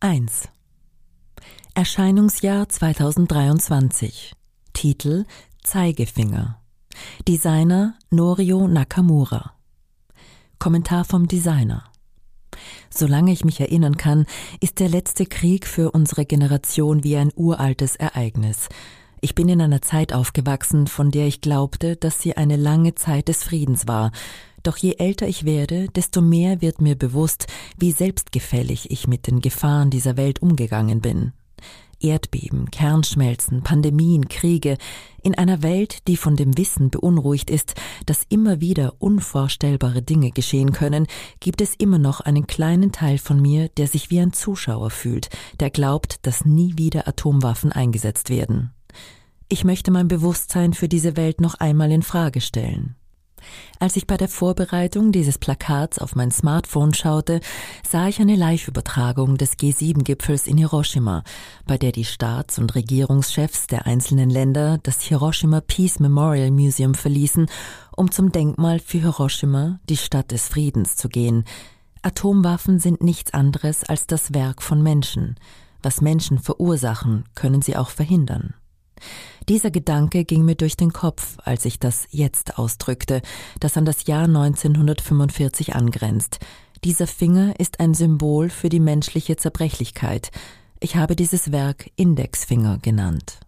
1. Erscheinungsjahr 2023. Titel Zeigefinger. Designer Norio Nakamura. Kommentar vom Designer. Solange ich mich erinnern kann, ist der letzte Krieg für unsere Generation wie ein uraltes Ereignis. Ich bin in einer Zeit aufgewachsen, von der ich glaubte, dass sie eine lange Zeit des Friedens war. Doch je älter ich werde, desto mehr wird mir bewusst, wie selbstgefällig ich mit den Gefahren dieser Welt umgegangen bin. Erdbeben, Kernschmelzen, Pandemien, Kriege. In einer Welt, die von dem Wissen beunruhigt ist, dass immer wieder unvorstellbare Dinge geschehen können, gibt es immer noch einen kleinen Teil von mir, der sich wie ein Zuschauer fühlt, der glaubt, dass nie wieder Atomwaffen eingesetzt werden. Ich möchte mein Bewusstsein für diese Welt noch einmal in Frage stellen. Als ich bei der Vorbereitung dieses Plakats auf mein Smartphone schaute, sah ich eine Live-Übertragung des G7-Gipfels in Hiroshima, bei der die Staats- und Regierungschefs der einzelnen Länder das Hiroshima Peace Memorial Museum verließen, um zum Denkmal für Hiroshima, die Stadt des Friedens, zu gehen. Atomwaffen sind nichts anderes als das Werk von Menschen. Was Menschen verursachen, können sie auch verhindern. Dieser Gedanke ging mir durch den Kopf, als ich das Jetzt ausdrückte, das an das Jahr 1945 angrenzt. Dieser Finger ist ein Symbol für die menschliche Zerbrechlichkeit. Ich habe dieses Werk Indexfinger genannt.